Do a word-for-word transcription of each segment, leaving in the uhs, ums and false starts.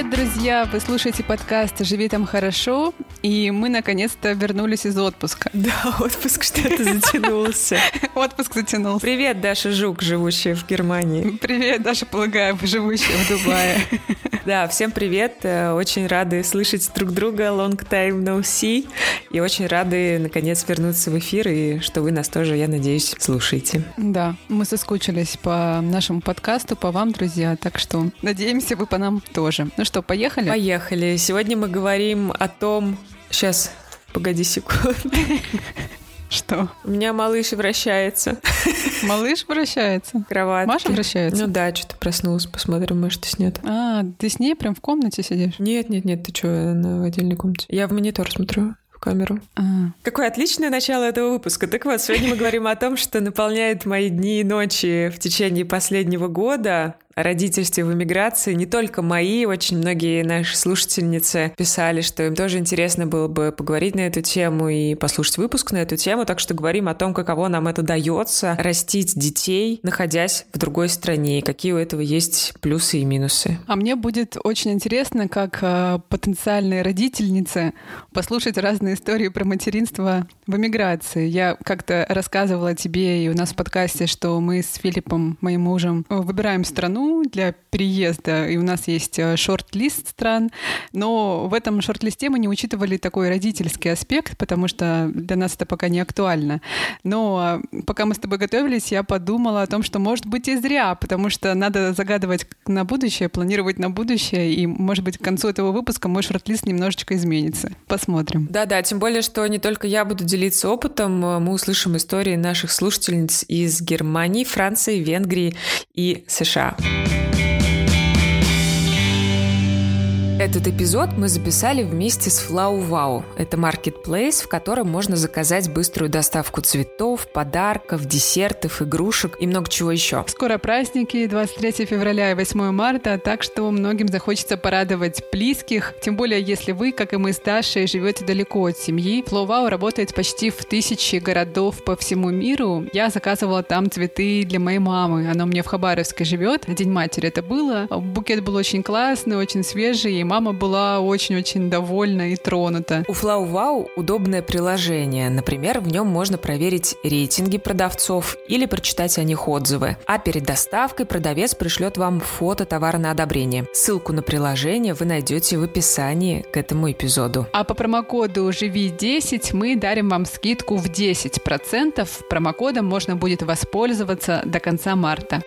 Привет, друзья! Вы слушаете подкаст «Живи там хорошо», и мы наконец-то вернулись из отпуска. Да, отпуск что-то затянулся. Отпуск затянулся. Привет, Даша Жук, живущая в Германии. Привет, Даша Полагаева, живущая в Дубае. Да, всем привет. Очень рады слышать друг друга. Long time no see. И очень рады, наконец, вернуться в эфир, и что вы нас тоже, я надеюсь, слушаете. Да, мы соскучились по нашему подкасту, по вам, друзья, так что надеемся, вы по нам тоже. Ну что, поехали? Поехали. Сегодня мы говорим о том... Сейчас, погоди секунду. Что? У меня малыш вращается. Малыш вращается? Кроватки. Маша вращается? Ну да, что-то проснулась, посмотрим, может, и снят. А, ты с ней прям в комнате сидишь? Нет, нет, нет, ты что, она в отдельной комнате. Я в монитор смотрю. В камеру. А. Какое отличное начало этого выпуска. Так вот, сегодня мы говорим о том, что наполняет мои дни и ночи в течение последнего года. О родительстве в эмиграции. Не только мои, очень многие наши слушательницы писали, что им тоже интересно было бы поговорить на эту тему и послушать выпуск на эту тему. Так что говорим о том, каково нам это дается растить детей, находясь в другой стране, и какие у этого есть плюсы и минусы. А мне будет очень интересно, как э, потенциальной родительнице, послушать разные истории про материнство в эмиграции. Я как-то рассказывала тебе и у нас в подкасте, что мы с Филиппом, моим мужем, выбираем страну для переезда, и у нас есть шорт-лист стран, но в этом шорт-листе мы не учитывали такой родительский аспект, потому что для нас это пока не актуально. Но пока мы с тобой готовились, я подумала о том, что может быть и зря, потому что надо загадывать на будущее, планировать на будущее, и, может быть, к концу этого выпуска мой шорт-лист немножечко изменится. Посмотрим. Да-да, тем более, что не только я буду делиться опытом, мы услышим истории наших слушательниц из Германии, Франции, Венгрии и США. Этот эпизод мы записали вместе с FlowWow. Это маркетплейс, в котором можно заказать быструю доставку цветов, подарков, десертов, игрушек и много чего еще. Скоро праздники, двадцать третьего февраля и восьмого марта, так что многим захочется порадовать близких. Тем более, если вы, как и мы с Дашей, живете далеко от семьи. FlowWow работает почти в тысячи городов по всему миру. Я заказывала там цветы для моей мамы. Она у меня в Хабаровске живет. На День матери это было. Букет был очень классный, очень свежий, и мама была очень-очень довольна и тронута. У FlowWow удобное приложение. Например, в нем можно проверить рейтинги продавцов или прочитать о них отзывы. А перед доставкой продавец пришлет вам фото товара на одобрение. Ссылку на приложение вы найдете в описании к этому эпизоду. А по промокоду живи десять мы дарим вам скидку в десять процентов. Промокодом можно будет воспользоваться до конца марта.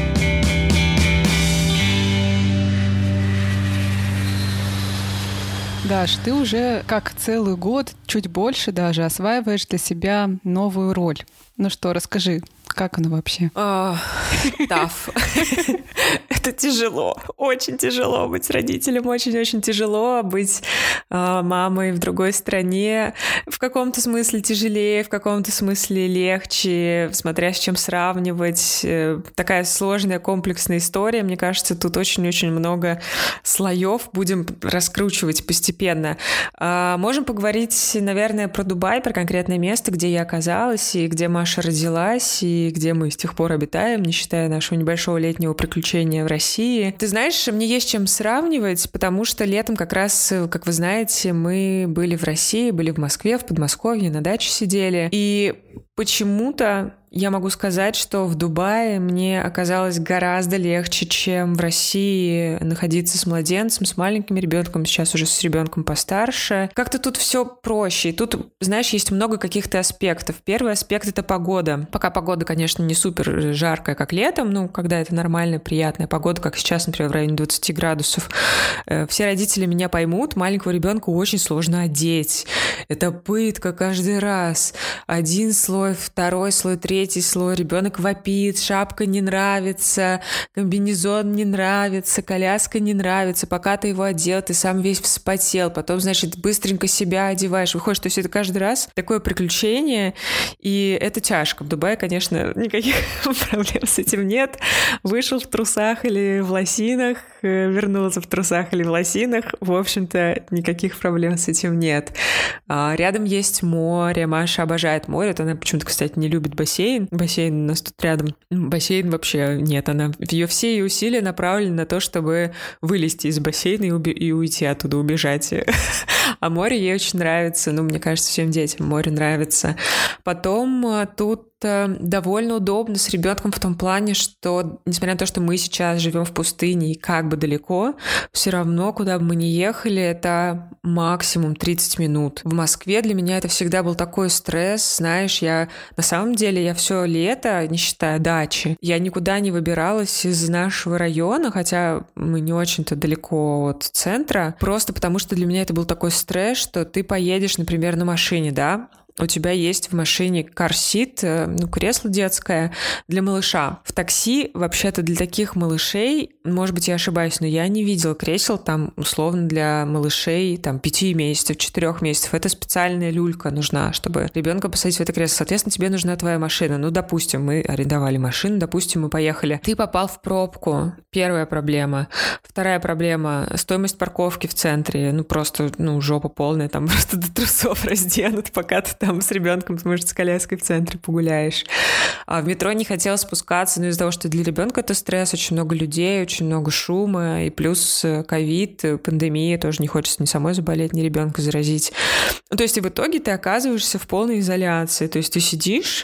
Даш, ты уже как целый год, чуть больше даже, осваиваешь для себя новую роль. Ну что, расскажи, как оно вообще? Таф. Это тяжело, очень тяжело быть родителем, очень-очень тяжело быть э, мамой в другой стране. В каком-то смысле тяжелее, в каком-то смысле легче, смотря с чем сравнивать. Э, такая сложная, комплексная история. Мне кажется, тут очень-очень много слоев. Будем раскручивать постепенно. Э, можем поговорить, наверное, про Дубай, про конкретное место, где я оказалась, и где Маша родилась, и где мы с тех пор обитаем, не считая нашего небольшого летнего приключения в России. Ты знаешь, мне есть чем сравнивать, потому что летом как раз, как вы знаете, мы были в России, были в Москве, в Подмосковье, на даче сидели. И почему-то я могу сказать, что в Дубае мне оказалось гораздо легче, чем в России находиться с младенцем, с маленьким ребенком, сейчас уже с ребенком постарше. Как-то тут все проще. И тут, знаешь, есть много каких-то аспектов. Первый аспект — это погода. Пока погода, конечно, не супер жаркая, как летом, ну, когда это нормальная, приятная погода, как сейчас, например, в районе двадцати градусов. Все родители меня поймут, маленького ребенка очень сложно одеть. Это пытка каждый раз. Один слой, второй слой, третий Третий слой, ребенок вопит, шапка не нравится, комбинезон не нравится, коляска не нравится, пока ты его одел, ты сам весь вспотел, потом, значит, быстренько себя одеваешь, выходишь, то есть это каждый раз такое приключение, и это тяжко. В Дубае, конечно, никаких проблем с этим нет. Вышел в трусах или в лосинах, вернулся в трусах или в лосинах, в общем-то, никаких проблем с этим нет. Рядом есть море, Маша обожает море, вот она почему-то почему-то, кстати, не любит бассейн. Бассейн у нас тут рядом. Бассейн вообще нет. Она, ее все ее усилия направлены на то, чтобы вылезти из бассейна и, уби- и уйти оттуда, убежать. А море ей очень нравится. Ну, мне кажется, всем детям море нравится. Потом тут довольно удобно с ребенком в том плане, что, несмотря на то, что мы сейчас живем в пустыне и как бы далеко, все равно, куда бы мы ни ехали, это максимум тридцать минут. В Москве для меня это всегда был такой стресс. Знаешь, я на самом деле, я все лето, не считая дачи, я никуда не выбиралась из нашего района, хотя мы не очень-то далеко от центра, просто потому что для меня это был такой стресс, что ты поедешь, например, на машине, да, у тебя есть в машине карсит, ну, кресло детское для малыша. В такси, вообще-то, для таких малышей, может быть, я ошибаюсь, но я не видела кресел там, условно, для малышей там пяти месяцев, четырех месяцев. Это специальная люлька нужна, чтобы ребенка посадить в это кресло. Соответственно, тебе нужна твоя машина. Ну, допустим, мы арендовали машину, допустим, мы поехали. Ты попал в пробку. Первая проблема. Вторая проблема — стоимость парковки в центре. Ну, просто, ну, жопа полная, там просто до трусов разденут, пока ты там с ребенком, может, с коляской в центре погуляешь. А в метро не хотела спускаться, но из-за того, что для ребенка это стресс, очень много людей, очень много шума, и плюс ковид, пандемия, тоже не хочется ни самой заболеть, ни ребенка заразить. Ну, то есть и в итоге ты оказываешься в полной изоляции. То есть ты сидишь,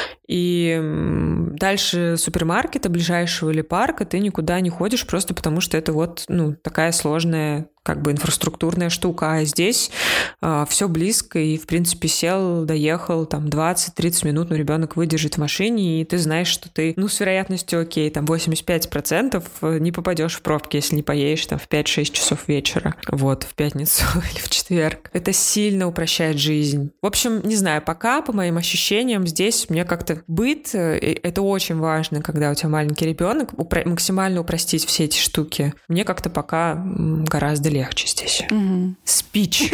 и дальше супермаркета ближайшего или парка ты никуда не ходишь, просто потому что это вот, ну, такая сложная как бы инфраструктурная штука, а здесь э, все близко, и, в принципе, сел, доехал, там, двадцать-тридцать минут, ну, ребенок выдержит в машине, и ты знаешь, что ты, ну, с вероятностью, окей, там, восемьдесят пять процентов не попадешь в пробки, если не поедешь, там, в пять-шесть часов вечера, вот, в пятницу или в четверг. Это сильно упрощает жизнь. В общем, не знаю, пока, по моим ощущениям, здесь мне как-то быт, это очень важно, когда у тебя маленький ребенок, упро- максимально упростить все эти штуки. Мне как-то пока гораздо легче здесь. Спич.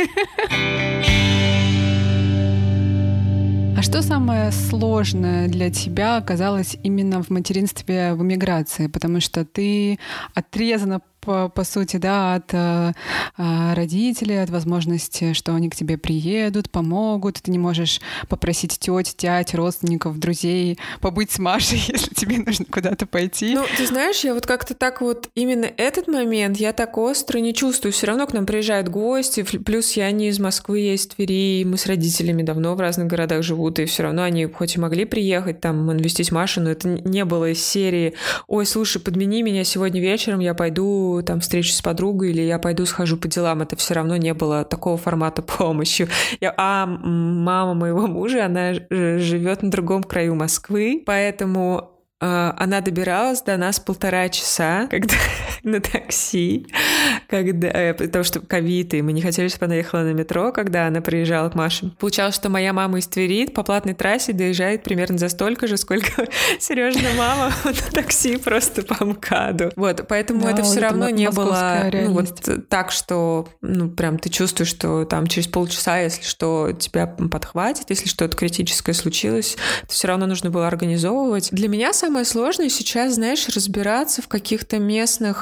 А что самое сложное для тебя оказалось именно в материнстве в эмиграции? Потому что ты отрезана по, по сути, да, от э, родителей, от возможности, что они к тебе приедут, помогут. Ты не можешь попросить тёть, дядь, родственников, друзей побыть с Машей, если тебе нужно куда-то пойти. Ну, ты знаешь, я вот как-то так вот именно этот момент я так остро не чувствую. Все равно к нам приезжают гости, плюс я не из Москвы, я из Твери, мы с родителями давно в разных городах живут, и все равно они хоть и могли приехать, там, навестить Машу, но это не было из серии «Ой, слушай, подмени меня сегодня вечером, я пойду там встречусь с подругой, или я пойду схожу по делам». Это все равно не было такого формата помощи. Я, а мама моего мужа, она живет на другом краю Москвы, поэтому э, она добиралась до нас полтора часа, когда на такси, когда, э, потому что ковид, и мы не хотели, чтобы она ехала на метро, когда она приезжала к Маше. Получалось, что моя мама из Твери по платной трассе доезжает примерно за столько же, сколько Сережина мама на такси просто по МКАДу. Вот, поэтому да, это все равно не было ну, вот так, что ну, прям ты чувствуешь, что там через полчаса, если что, тебя подхватит, если что-то критическое случилось, то все равно нужно было организовывать. Для меня самое сложное сейчас, знаешь, разбираться в каких-то местных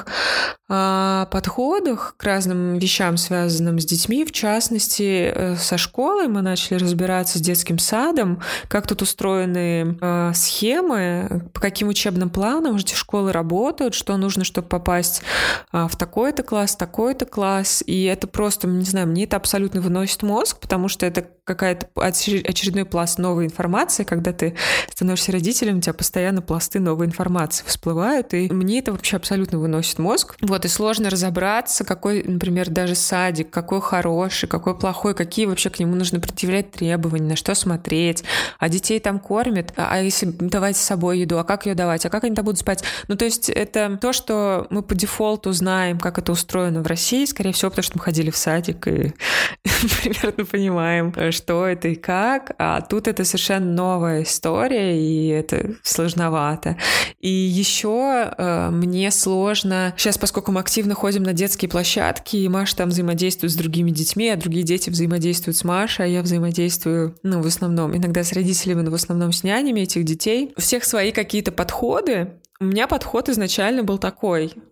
подходах к разным вещам, связанным с детьми. В частности, со школой мы начали разбираться, с детским садом, как тут устроены э, схемы, по каким учебным планам эти школы работают, что нужно, чтобы попасть э, в такой-то класс, такой-то класс. И это просто, не знаю, мне это абсолютно выносит мозг, потому что это какая-то очередной пласт новой информации. Когда ты становишься родителем, у тебя постоянно пласты новой информации всплывают, и мне это вообще абсолютно выносит мозг. Вот, и сложно разобраться, какой, например, даже садик, какой хороший, какой плохой, какие вообще к нему нужно предъявлять требования, на что смотреть, а детей там кормят, а если давать с собой еду, а как ее давать, а как они там будут спать. Ну, то есть это то, что мы по дефолту знаем, как это устроено в России, скорее всего, потому что мы ходили в садик и примерно понимаем, что это и как, а тут это совершенно новая история, и это сложновато. И еще э, мне сложно, сейчас, поскольку мы активно ходим на детские площадки, и Маша там взаимодействует с другими детьми, а другие дети взаимодействуют с Машей, а я взаимодействую, ну, в основном, иногда с родителями, но в основном с нянями этих детей. У всех свои какие-то подходы. У меня подход изначально был такой.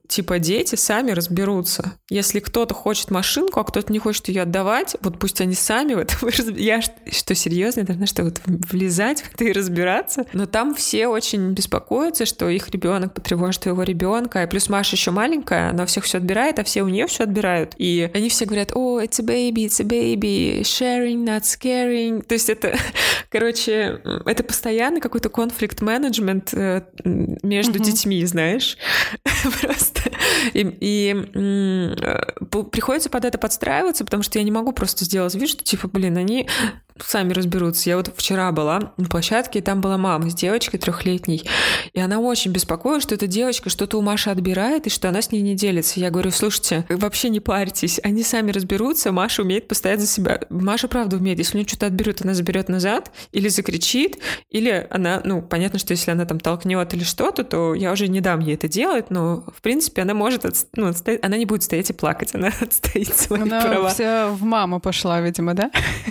типа дети сами разберутся. Если кто-то хочет машинку, а кто-то не хочет ее отдавать, вот пусть они сами в этом разберутся. Я что, серьезно, я должна что, вот влезать в это и разбираться? Но там все очень беспокоятся, что их ребенок потревожит твоего ребенка. И плюс Маша еще маленькая, она всех все отбирает, а все у нее все отбирают. И они все говорят: о, it's a baby, it's a baby, sharing, not scaring. То есть это, короче, это постоянный какой-то конфликт-менеджмент между mm-hmm. детьми, знаешь. Просто. И, и м- приходится под это подстраиваться, потому что я не могу просто сделать вид, что типа, блин, они сами разберутся. Я вот вчера была на площадке, и там была мама с девочкой трехлетней, и она очень беспокоилась, что эта девочка что-то у Маши отбирает, и что она с ней не делится. Я говорю: слушайте, вы вообще не парьтесь, они сами разберутся, Маша умеет постоять за себя. Маша правда умеет, если у нее что-то отберут, она заберет назад, или закричит, или она, ну, понятно, что если она там толкнет или что-то, то я уже не дам ей это делать, но, в принципе, она может, отст... ну, отстоять, она не будет стоять и плакать, она отстоит свои она права. Она вся в маму пошла, видимо, да?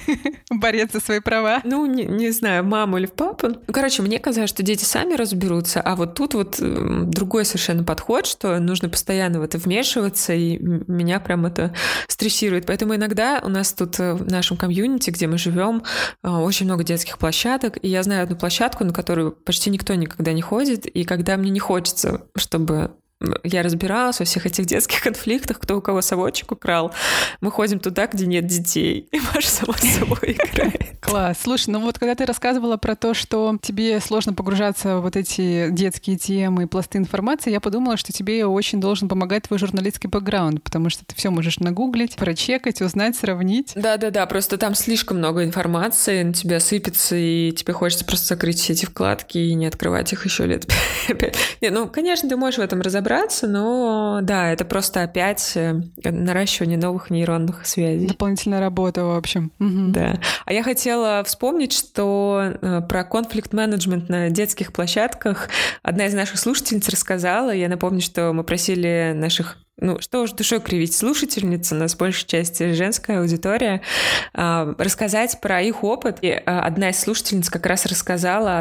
Борец за свои права. Ну, не, не знаю, в маму или в папу. Ну, короче, мне казалось, что дети сами разберутся, а вот тут вот другой совершенно подход, что нужно постоянно в это вмешиваться, и меня прям это стрессирует. Поэтому иногда у нас тут в нашем комьюнити, где мы живем, очень много детских площадок, и я знаю одну площадку, на которую почти никто никогда не ходит, и когда мне не хочется, чтобы я разбиралась во всех этих детских конфликтах, кто у кого совочек украл, мы ходим туда, где нет детей, и Маша сама с собой играет. Класс. Слушай, ну вот когда ты рассказывала про то, что тебе сложно погружаться в вот эти детские темы и пласты информации, я подумала, что тебе очень должен помогать твой журналистский бэкграунд, потому что ты все можешь нагуглить, прочекать, узнать, сравнить. Да-да-да, просто там слишком много информации, на тебя сыпется, и тебе хочется просто закрыть все эти вкладки и не открывать их еще лет пять. Не, ну, конечно, ты можешь в этом разобраться, но да, это просто опять наращивание новых нейронных связей. Дополнительная работа, в общем. Угу. Да. А я хотела вспомнить, что про конфликт-менеджмент на детских площадках одна из наших слушательниц рассказала. Я напомню, что мы просили наших, ну, что уж душой кривить, слушательниц, у нас большей части женская аудитория, рассказать про их опыт. И одна из слушательниц как раз рассказала о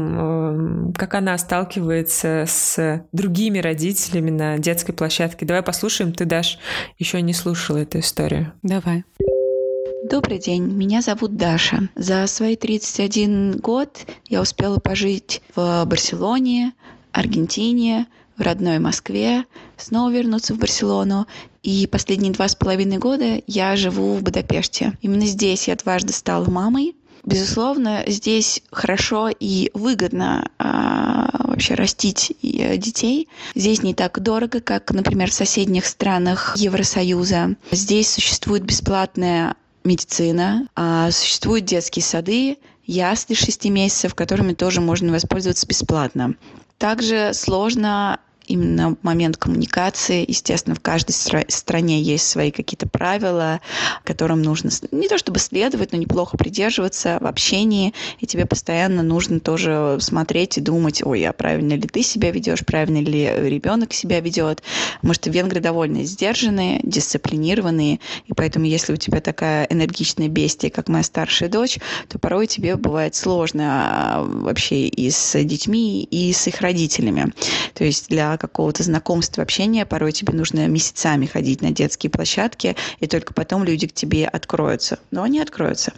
том, как она сталкивается с другими родителями на детской площадке. Давай послушаем, ты, Даш, еще не слушала эту историю. Давай. Добрый день, меня зовут Даша. За свои тридцать один год я успела пожить в Барселоне, Аргентине, в родной Москве, снова вернуться в Барселону. И последние два с половиной года я живу в Будапеште. Именно здесь я дважды стала мамой. Безусловно, здесь хорошо и выгодно а, вообще растить детей. Здесь не так дорого, как, например, в соседних странах Евросоюза. Здесь существует бесплатная медицина, а существуют детские сады, ясли шести месяцев, которыми тоже можно воспользоваться бесплатно. Также сложно именно момент коммуникации. Естественно, в каждой стра- стране есть свои какие-то правила, которым нужно не то чтобы следовать, но неплохо придерживаться в общении. И тебе постоянно нужно тоже смотреть и думать: ой, а правильно ли ты себя ведешь, правильно ли ребенок себя ведет. Потому что венгры довольно сдержанные, дисциплинированные. И поэтому, если у тебя такая энергичная бестия, как моя старшая дочь, то порой тебе бывает сложно вообще и с детьми, и с их родителями. То есть для какого-то знакомства, общения порой тебе нужно месяцами ходить на детские площадки, и только потом люди к тебе откроются. Но они откроются.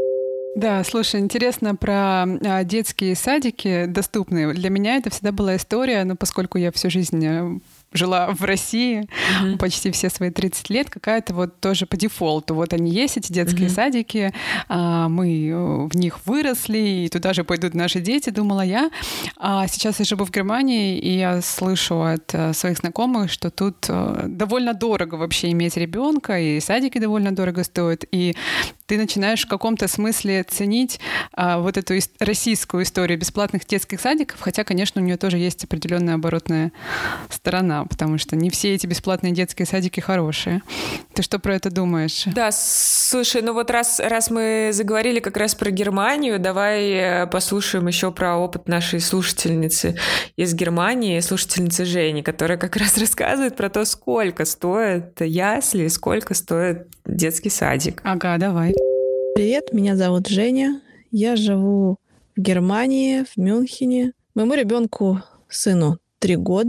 Да, слушай, интересно про а, детские садики доступные. Для меня это всегда была история, но поскольку я всю жизнь жила в России mm-hmm. почти все свои тридцать лет, какая-то вот тоже по дефолту. Вот они есть, эти детские mm-hmm. садики, а, мы в них выросли, и туда же пойдут наши дети, думала я. А сейчас я живу в Германии, и я слышу от а, своих знакомых, что тут а, довольно дорого вообще иметь ребенка, и садики довольно дорого стоят, и ты начинаешь в каком-то смысле ценить а, вот эту ис- российскую историю бесплатных детских садиков, хотя, конечно, у нее тоже есть определенная оборотная сторона, потому что не все эти бесплатные детские садики хорошие. Ты что про это думаешь? Да, слушай, ну вот раз, раз мы заговорили как раз про Германию, давай послушаем еще про опыт нашей слушательницы из Германии, слушательницы Жени, которая как раз рассказывает про то, сколько стоит ясли, сколько стоит детский садик. Ага, давай. Привет, меня зовут Женя. Я живу в Германии, в Мюнхене. Моему ребенку, сыну, три года.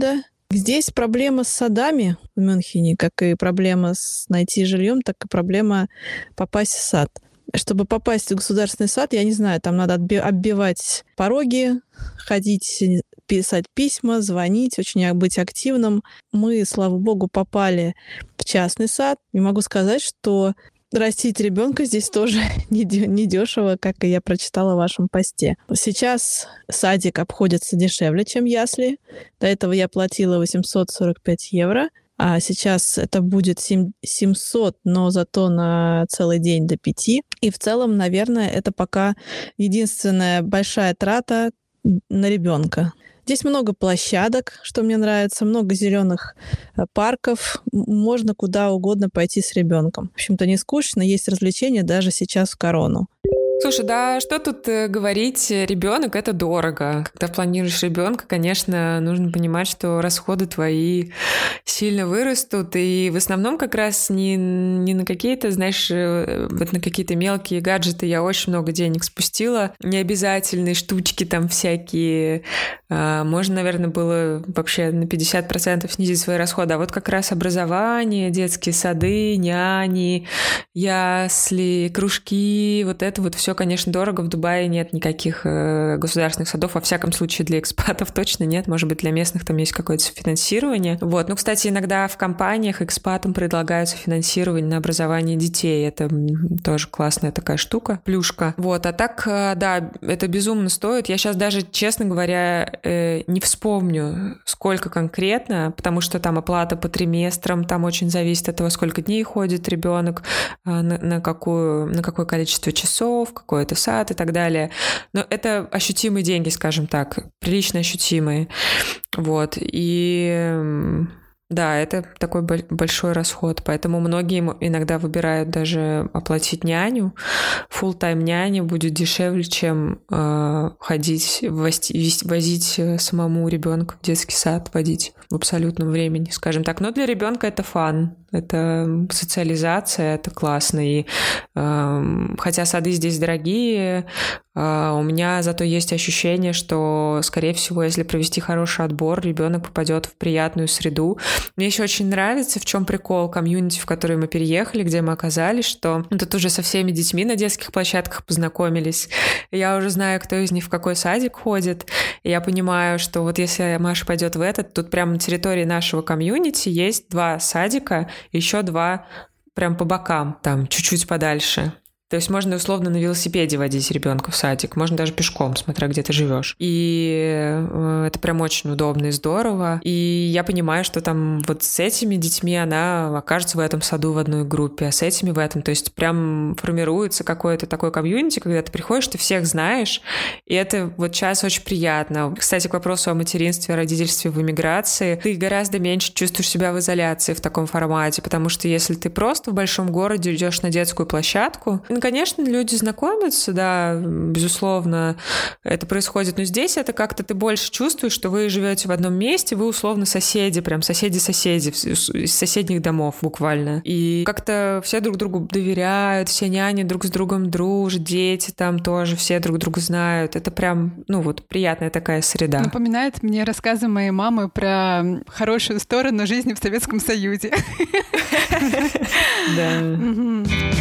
Здесь проблема с садами в Мюнхене, как и проблема с найти жильем, так и проблема попасть в сад. Чтобы попасть в государственный сад, я не знаю, там надо оббивать пороги, ходить, писать письма, звонить, очень быть активным. Мы, слава богу, попали в частный сад. Не могу сказать, что растить ребенка здесь тоже недешево, как и я прочитала в вашем посте. Сейчас садик обходится дешевле, чем ясли. До этого я платила восемьсот сорок пять евро. А сейчас это будет семьсот, но зато на целый день до пяти. И в целом, наверное, это пока единственная большая трата на ребенка. Здесь много площадок, что мне нравится, много зеленых парков. Можно куда угодно пойти с ребенком. В общем-то, не скучно, есть развлечения даже сейчас в корону. Слушай, да, что тут говорить, ребенок это дорого. Когда планируешь ребенка, конечно, нужно понимать, что расходы твои сильно вырастут, и в основном как раз не, не на какие-то, знаешь, вот на какие-то мелкие гаджеты я очень много денег спустила, необязательные штучки там всякие. Можно, наверное, было вообще на пятьдесят процентов снизить свои расходы, а вот как раз образование, детские сады, няни, ясли, кружки, вот это вот все, конечно, дорого. В Дубае нет никаких э, государственных садов, во всяком случае для экспатов точно нет. Может быть, для местных там есть какое-то финансирование. Вот. Ну, кстати, иногда в компаниях экспатам предлагается финансирование на образование детей. Это тоже классная такая штука, плюшка. Вот. А так, э, да, это безумно стоит. Я сейчас даже, честно говоря, э, не вспомню, сколько конкретно, потому что там оплата по триместрам, там очень зависит от того, сколько дней ходит ребенок, э, на, на, какую, на какое количество часов, какой-то сад и так далее. Но это ощутимые деньги, скажем так, прилично ощутимые. Вот. И да, это такой большой расход, поэтому многие иногда выбирают даже оплатить няню. Фулл-тайм няня будет дешевле, чем э, ходить, возить, возить самому ребенка в детский сад, водить в абсолютном времени, скажем так. Но для ребенка это фан, это социализация, это классно. И э, хотя сады здесь дорогие, э, у меня зато есть ощущение, что, скорее всего, если провести хороший отбор, ребенок попадет в приятную среду. Мне еще очень нравится, в чем прикол комьюнити, в который мы переехали, где мы оказались, что мы тут уже со всеми детьми на детских площадках познакомились. Я уже знаю, кто из них в какой садик ходит. И я понимаю, что вот если Маша пойдет в этот, тут прямо на территории нашего комьюнити есть два садика, еще два прям по бокам, там чуть-чуть подальше. То есть можно условно на велосипеде водить ребенка в садик, можно даже пешком, смотря где ты живешь. И это прям очень удобно и здорово. И я понимаю, что там вот с этими детьми она окажется в этом саду в одной группе, а с этими в этом. То есть прям формируется какое-то такое комьюнити, когда ты приходишь, ты всех знаешь, и это вот сейчас очень приятно. Кстати, к вопросу о материнстве, о родительстве в эмиграции, ты гораздо меньше чувствуешь себя в изоляции в таком формате, потому что если ты просто в большом городе идешь на детскую площадку, ну, конечно, люди знакомятся, да, безусловно, это происходит, но здесь это как-то ты больше чувствуешь, что вы живете в одном месте, вы условно соседи, прям соседи-соседи из соседних домов буквально. И как-то все друг другу доверяют, все няни друг с другом дружат, дети там тоже все друг друга знают. Это прям, ну вот, приятная такая среда. Напоминает мне рассказы моей мамы про хорошую сторону жизни в Советском Союзе. Да.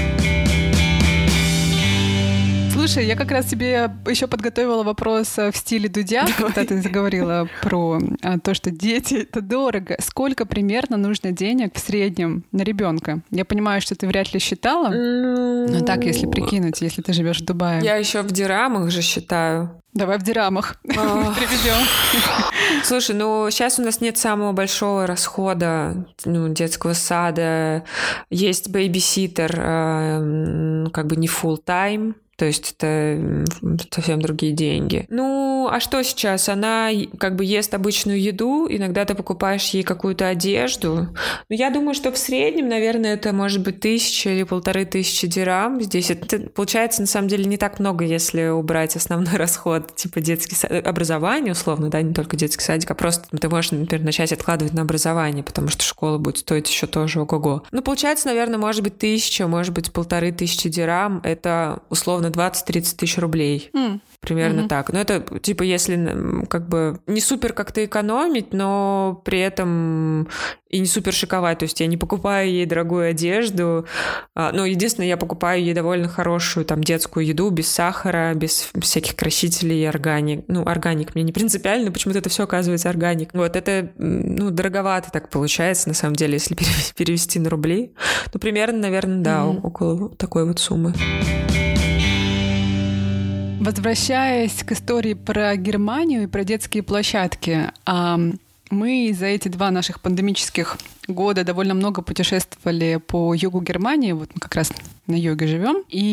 Слушай, я как раз тебе еще подготовила вопрос в стиле Дудя, когда ты заговорила про то, что дети — это дорого. Сколько примерно нужно денег в среднем на ребенка? Я понимаю, что ты вряд ли считала, но так, если прикинуть, если ты живешь в Дубае. Я еще в дирхамах же считаю. Давай в дирхамах приведем. Слушай, ну сейчас у нас нет самого большого расхода, ну, детского сада. Есть бэйбиситер, э, как бы не full-time. То есть это совсем другие деньги. Ну, а что сейчас? Она как бы ест обычную еду, иногда ты покупаешь ей какую-то одежду. Но я думаю, что в среднем, наверное, это может быть тысяча или полторы тысячи дирхам. Здесь это получается, на самом деле, не так много, если убрать основной расход, типа детский сад, образование, условно, да, не только детский садик, а просто ты можешь, например, начать откладывать на образование, потому что школа будет стоить еще тоже ого-го. Ну, получается, наверное, может быть тысяча, может быть полторы тысячи дирхам. Это условно условно двадцать-тридцать тысяч рублей. Mm. Примерно mm-hmm. так. Ну, это, типа, если как бы не супер как-то экономить, но при этом и не супер шиковать. То есть я не покупаю ей дорогую одежду. Ну, единственное, я покупаю ей довольно хорошую там детскую еду, без сахара, без всяких красителей и органик. Ну, органик мне не принципиально, почему-то это все оказывается органик. Вот, это, ну, дороговато так получается, на самом деле, если перевести на рубли. Ну, примерно, наверное, да, mm-hmm. около такой вот суммы. Возвращаясь к истории про Германию и про детские площадки, мы за эти два наших пандемических года довольно много путешествовали по югу Германии, вот мы как раз на юге живем, и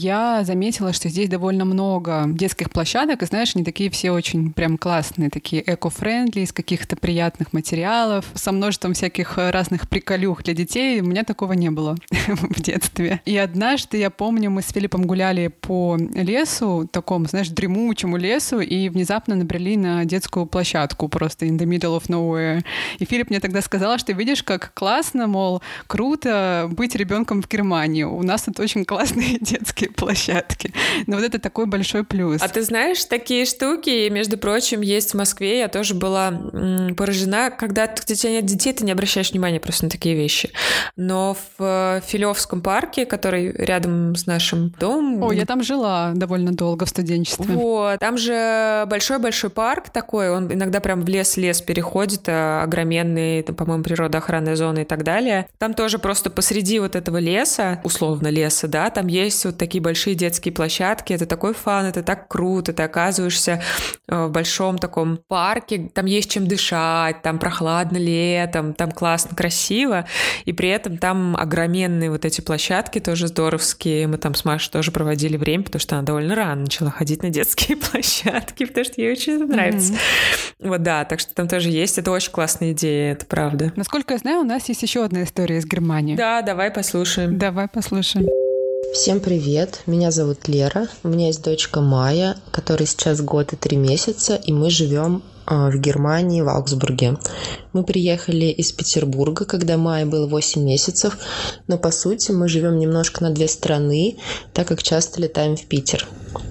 я заметила, что здесь довольно много детских площадок, и знаешь, они такие все очень прям классные, такие эко-френдли, из каких-то приятных материалов, со множеством всяких разных приколюх для детей. У меня такого не было в детстве. И однажды, я помню, мы с Филиппом гуляли по лесу, такому, знаешь, дремучему лесу, и внезапно набрели на детскую площадку просто in the middle of nowhere. И Филипп мне тогда сказал, что видишь, как классно, мол, круто быть ребенком в Германии. У нас тут очень классные детские площадки. Но вот это такой большой плюс. А ты знаешь, такие штуки, между прочим, есть в Москве. Я тоже была м, поражена. Когда у тебя нет детей, ты не обращаешь внимания просто на такие вещи. Но в Филевском парке, который рядом с нашим домом... О, я там жила довольно долго в студенчестве. Вот. Там же большой-большой парк такой. Он иногда прям в лес-лес переходит, огроменный, там, по-моему, природоохранная зона и так далее. Там тоже просто посреди вот этого леса, условно леса, да, там есть вот такие большие детские площадки. Это такой фан, это так круто. Ты оказываешься в большом таком парке, там есть чем дышать, там прохладно летом, там классно, красиво. И при этом там огроменные вот эти площадки тоже здоровские. Мы там с Машей тоже проводили время, потому что она довольно рано начала ходить на детские площадки, потому что ей очень это нравится. Mm-hmm. Вот, да, так что там тоже есть. Это очень классная идея, это правда. Насколько я знаю, у нас есть еще одна история из Германии. Да, давай послушаем. Давай послушаем. Всем привет, меня зовут Лера, у меня есть дочка Майя, которой сейчас год и три месяца, и мы живем в Германии, в Аугсбурге. Мы приехали из Петербурга, когда Майе было восемь месяцев, но по сути мы живем немножко на две страны, так как часто летаем в Питер.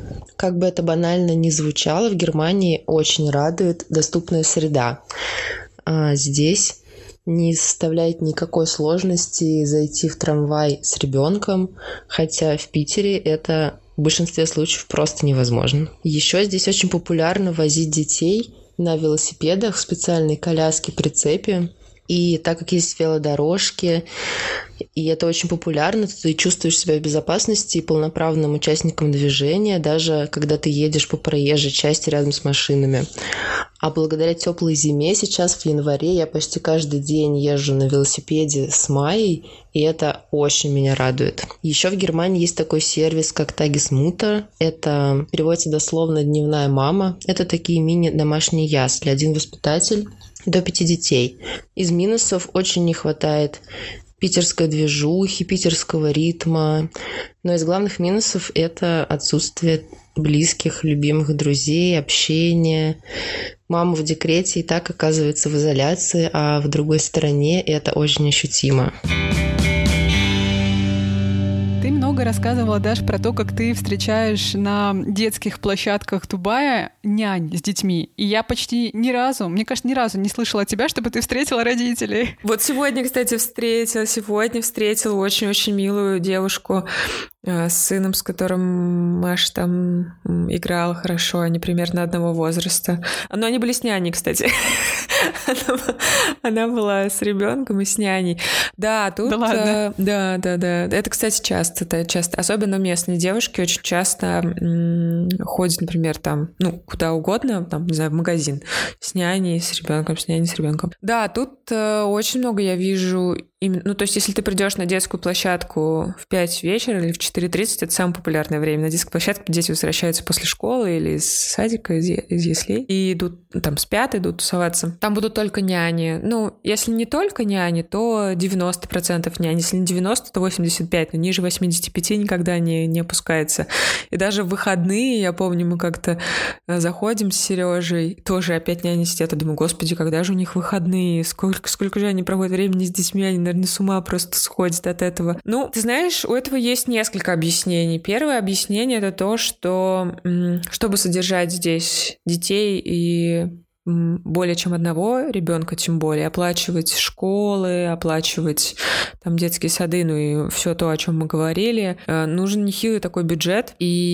Как бы это банально ни звучало, в Германии очень радует доступная среда. Здесь не составляет никакой сложности зайти в трамвай с ребенком, хотя в Питере это в большинстве случаев просто невозможно. Еще здесь очень популярно возить детей на велосипедах в специальной коляске-прицепе. И так как есть велодорожки, и это очень популярно, то ты чувствуешь себя в безопасности и полноправным участником движения, даже когда ты едешь по проезжей части рядом с машинами. А благодаря теплой зиме сейчас в январе я почти каждый день езжу на велосипеде с Майей, и это очень меня радует. Еще в Германии есть такой сервис, как Tagesmutter. Это переводится дословно «дневная мама». Это такие мини-домашние ясли. Один воспитатель до пяти детей. Из минусов очень не хватает питерской движухи, питерского ритма. Но из главных минусов это отсутствие близких, любимых друзей, общения. Мама в декрете и так оказывается в изоляции, а в другой стране это очень ощутимо. Ты много рассказывала, Даш, про то, как ты встречаешь на детских площадках Дубая нянь с детьми. И я почти ни разу, мне кажется, ни разу не слышала от тебя, чтобы ты встретила родителей. Вот сегодня, кстати, встретила, сегодня встретила очень-очень милую девушку с сыном, с которым Маша там играла хорошо, они примерно одного возраста. Но они были с няней, кстати. Она, она была с ребенком и с няней. Да, тут... Да ладно? Да, да, да. Это, кстати, часто, это часто. Особенно местные девушки очень часто м- ходят, например, там, ну, куда угодно, там, не знаю, в магазин с няней, с ребенком, с няней, с ребенком. Да, тут э, очень много я вижу именно... Ну, то есть, если ты придешь на детскую площадку в пять вечера или в четыре тридцать, это самое популярное время. На детской площадке дети возвращаются после школы или из садика, из, из яслей, и идут, там, спят, идут тусоваться. Там будут только няни. Ну, если не только няни, то девяносто процентов няни. Если не девяносто, то восемьдесят пять, но ниже восемьдесят пять никогда не, не опускается. И даже в выходные, я помню, мы как-то заходим с Сережей, тоже опять няни сидят, и думаю, господи, когда же у них выходные? Сколько, сколько же они проводят времени с детьми, они наверное, с ума просто сходит от этого. Ну, ты знаешь, у этого есть несколько объяснений. Первое объяснение — это то, что чтобы содержать здесь детей и более чем одного ребенка, тем более оплачивать школы, оплачивать там детские сады, ну и все то, о чем мы говорили, нужен нехилый такой бюджет,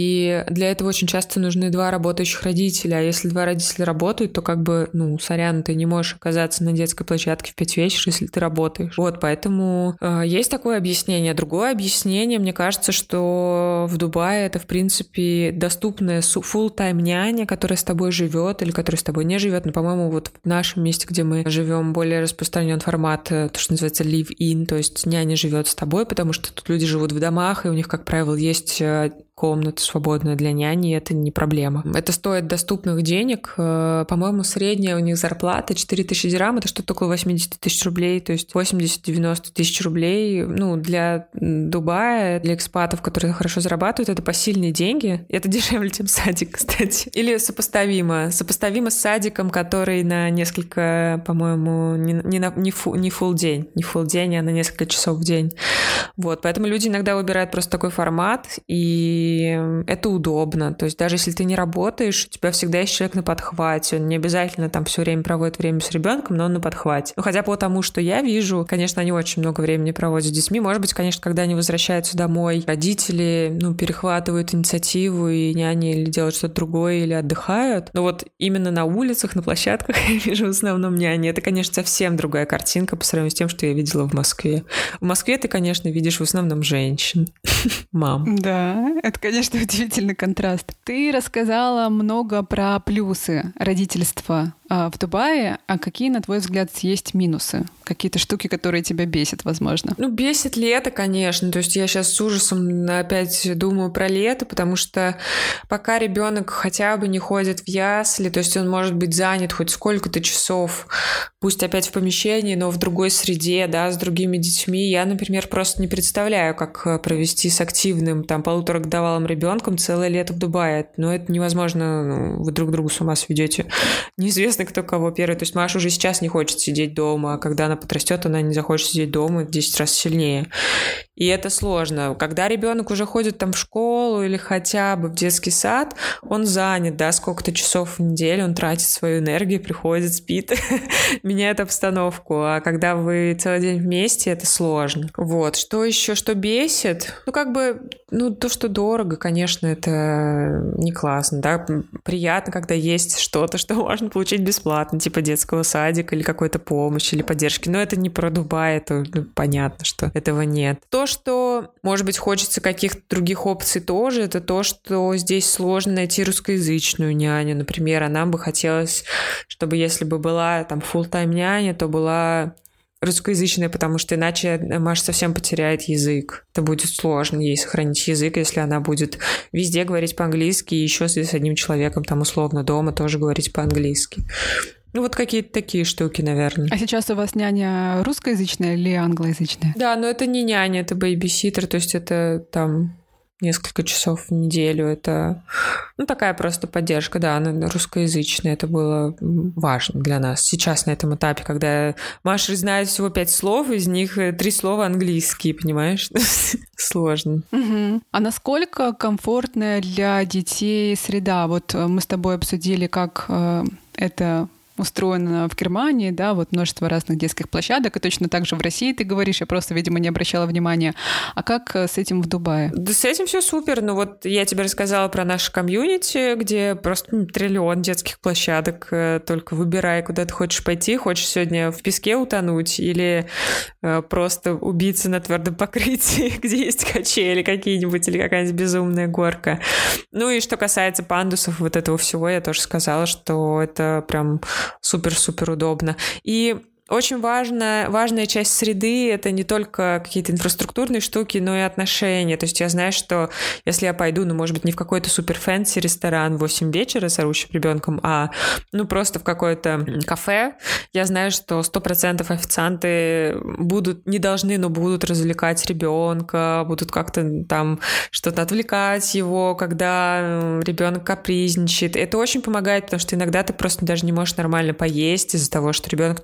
и для этого очень часто нужны два работающих родителя, а если два родителя работают, то как бы, ну, сорян, ты не можешь оказаться на детской площадке в пять вечера, если ты работаешь. Вот, поэтому э, есть такое объяснение. Другое объяснение, мне кажется, что в Дубае это, в принципе, доступная full-time няня, которая с тобой живет или которая с тобой не живет. Но, по-моему, вот в нашем месте, где мы живем, более распространен формат, то, что называется live-in, то есть няня живет с тобой, потому что тут люди живут в домах, и у них, как правило, есть комната свободная для няни, и это не проблема. Это стоит доступных денег. По-моему, средняя у них зарплата четыре тысячи дирхам, это что-то около восемьдесят тысяч рублей, то есть восемьдесят-девяносто тысяч рублей. Ну, для Дубая, для экспатов, которые хорошо зарабатывают, это посильные деньги. Это дешевле, чем садик, кстати. Или сопоставимо. Сопоставимо с садиком, который на несколько, по-моему, не, не, на, не, фу, не full день, не full день, а на несколько часов в день. Вот, поэтому люди иногда выбирают просто такой формат, и И это удобно. То есть даже если ты не работаешь, у тебя всегда есть человек на подхвате. Он не обязательно там все время проводит время с ребенком, но он на подхвате. Ну, хотя по тому, что я вижу, конечно, они очень много времени проводят с детьми. Может быть, конечно, когда они возвращаются домой, родители, ну, перехватывают инициативу, и няни или делают что-то другое, или отдыхают. Но вот именно на улицах, на площадках я вижу в основном няни. Это, конечно, совсем другая картинка по сравнению с тем, что я видела в Москве. В Москве ты, конечно, видишь в основном женщин. Мам. Да, это, конечно, удивительный контраст. Ты рассказала много про плюсы родительства а, в Дубае, а какие, на твой взгляд, есть минусы? Какие-то штуки, которые тебя бесят, возможно? Ну, бесит лето, конечно. То есть я сейчас с ужасом опять думаю про лето, потому что пока ребенок хотя бы не ходит в ясли, то есть он может быть занят хоть сколько-то часов, пусть опять в помещении, но в другой среде, да, с другими детьми. Я, например, просто не представляю, как провести с активным, там, полуторагодовалым ребенком целое лето в Дубае. Но это невозможно, ну, вы друг другу с ума сведете. Неизвестно, кто кого первый. То есть Маша уже сейчас не хочет сидеть дома, а когда она подрастет, она не захочет сидеть дома в десять раз сильнее. И это сложно. Когда ребенок уже ходит там в школу или хотя бы в детский сад, он занят, да, сколько-то часов в неделю, он тратит свою энергию, приходит, спит, меняет обстановку. А когда вы целый день вместе, это сложно. Вот. Что еще, что бесит? Ну, как бы, ну, то, что дорого, конечно, это не классно, да. Приятно, когда есть что-то, что можно получить бесплатно, типа детского садика или какой-то помощи или поддержки. Но это не про Дубай, это, ну, понятно, что этого нет. То, что, может быть, хочется каких-то других опций тоже, это то, что здесь сложно найти русскоязычную няню. Например, а нам бы хотелось, чтобы если бы была там full-time няня, то была русскоязычная, потому что иначе Маша совсем потеряет язык. Это будет сложно ей сохранить язык, если она будет везде говорить по-английски, и еще с одним человеком там условно дома тоже говорить по-английски. Ну, вот какие-то такие штуки, наверное. А сейчас у вас няня русскоязычная или англоязычная? Да, но это не няня, это бэйбиситер, то есть это там несколько часов в неделю. Это, ну, такая просто поддержка, да, она русскоязычная. Это было важно для нас сейчас на этом этапе, когда Маша знает всего пять слов, из них три слова английские, понимаешь? Сложно. Угу. А насколько комфортная для детей среда? Вот мы с тобой обсудили, как э, это устроено в Германии, да, вот множество разных детских площадок, и точно так же в России ты говоришь, я просто, видимо, не обращала внимания. А как с этим в Дубае? Да с этим все супер. Ну вот я тебе рассказала про наше комьюнити, где просто ну, триллион детских площадок. Только выбирай, куда ты хочешь пойти. Хочешь сегодня в песке утонуть или э, просто убиться на твердом покрытии, где есть качели какие-нибудь или какая-нибудь безумная горка. Ну и что касается пандусов, вот этого всего, я тоже сказала, что это прям супер-супер удобно. И очень важная, важная часть среды — это не только какие-то инфраструктурные штуки, но и отношения. То есть я знаю, что если я пойду, ну, может быть, не в какой-то супер-фэнси ресторан в восемь вечера с орущим ребенком, а, ну, просто в какое-то кафе, я знаю, что сто процентов официанты будут, не должны, но будут развлекать ребенка, будут как-то там что-то отвлекать его, когда ребенок капризничает. Это очень помогает, потому что иногда ты просто даже не можешь нормально поесть из-за того, что ребенок не хочет сидеть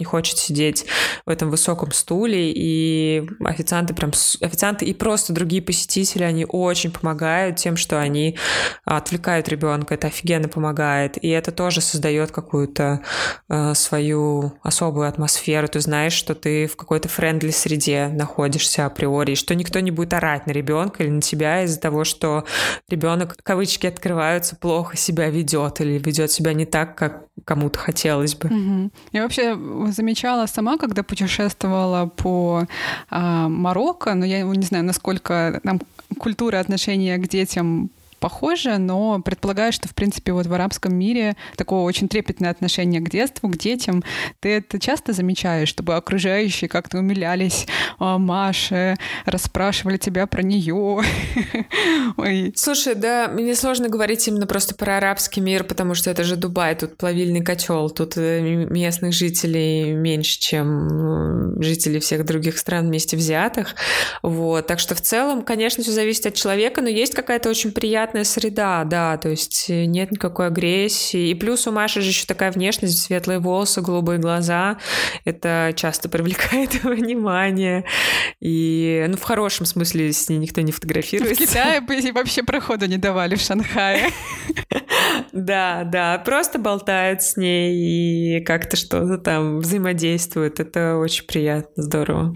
сидеть в этом высоком стуле, и официанты прям, официанты и просто другие посетители, они очень помогают тем, что они отвлекают ребенка, это офигенно помогает, и это тоже создает какую-то э, свою особую атмосферу, ты знаешь, что ты в какой-то френдли среде находишься априори, что никто не будет орать на ребенка или на тебя из-за того, что ребенок, кавычки открываются, плохо себя ведет или ведет себя не так, как кому-то хотелось бы. Угу. Я вообще замечала сама, когда путешествовала по а, Марокко, но я не знаю, насколько там культура отношения к детям похоже, но предполагаю, что, в принципе, вот в арабском мире такое очень трепетное отношение к детству, к детям. Ты это часто замечаешь, чтобы окружающие как-то умилялись Маше, расспрашивали тебя про нее? Слушай, да, мне сложно говорить именно просто про арабский мир, потому что это же Дубай, тут плавильный котел, тут местных жителей меньше, чем жителей всех других стран вместе взятых. Вот. Так что в целом, конечно, все зависит от человека, но есть какая-то очень приятная среда, да, то есть нет никакой агрессии. И плюс у Маши же еще такая внешность, светлые волосы, голубые глаза. Это часто привлекает внимание. И, ну, в хорошем смысле с ней никто не фотографируется. В Китае вообще проходу не давали в Шанхае. Да, да, просто болтают с ней и как-то что-то там взаимодействуют. Это очень приятно, здорово.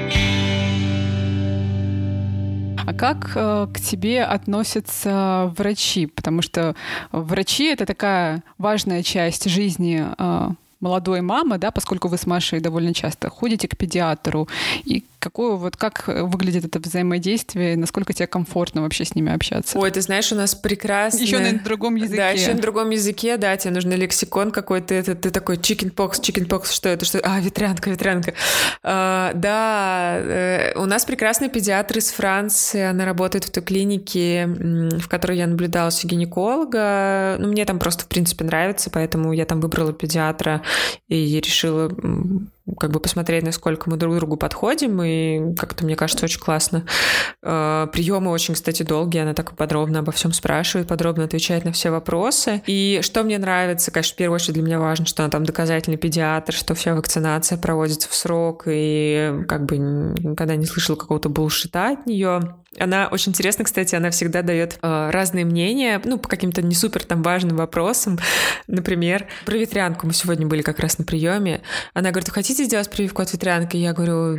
А как э, к тебе относятся врачи? Потому что врачи — это такая важная часть жизни э, молодой мамы, да, поскольку вы с Машей довольно часто ходите к педиатру. И какое вот, как выглядит это взаимодействие, насколько тебе комфортно вообще с ними общаться? Ой, ты знаешь, у нас прекрасно... Еще на другом языке. Да, еще на другом языке, да, тебе нужен лексикон какой-то, это, ты такой чикенпокс, чикенпокс, что это, что... А, ветрянка, ветрянка. А, да, э, у нас прекрасный педиатр из Франции, она работает в той клинике, в которой я наблюдалась у гинеколога. Ну, мне там просто, в принципе, нравится, поэтому я там выбрала педиатра и решила как бы посмотреть, насколько мы друг другу подходим, и как-то, мне кажется, очень классно. Приемы очень, кстати, долгие, она так подробно обо всем спрашивает, подробно отвечает на все вопросы. И что мне нравится, конечно, в первую очередь для меня важно, что она там доказательный педиатр, что вся вакцинация проводится в срок, и как бы никогда не слышала какого-то булшита от нее. Она очень интересна, кстати, она всегда дает э, разные мнения, ну, по каким-то не супер там важным вопросам. Например, про ветрянку мы сегодня были как раз на приеме. Она говорит: хотите сделать прививку от ветрянки? Я говорю: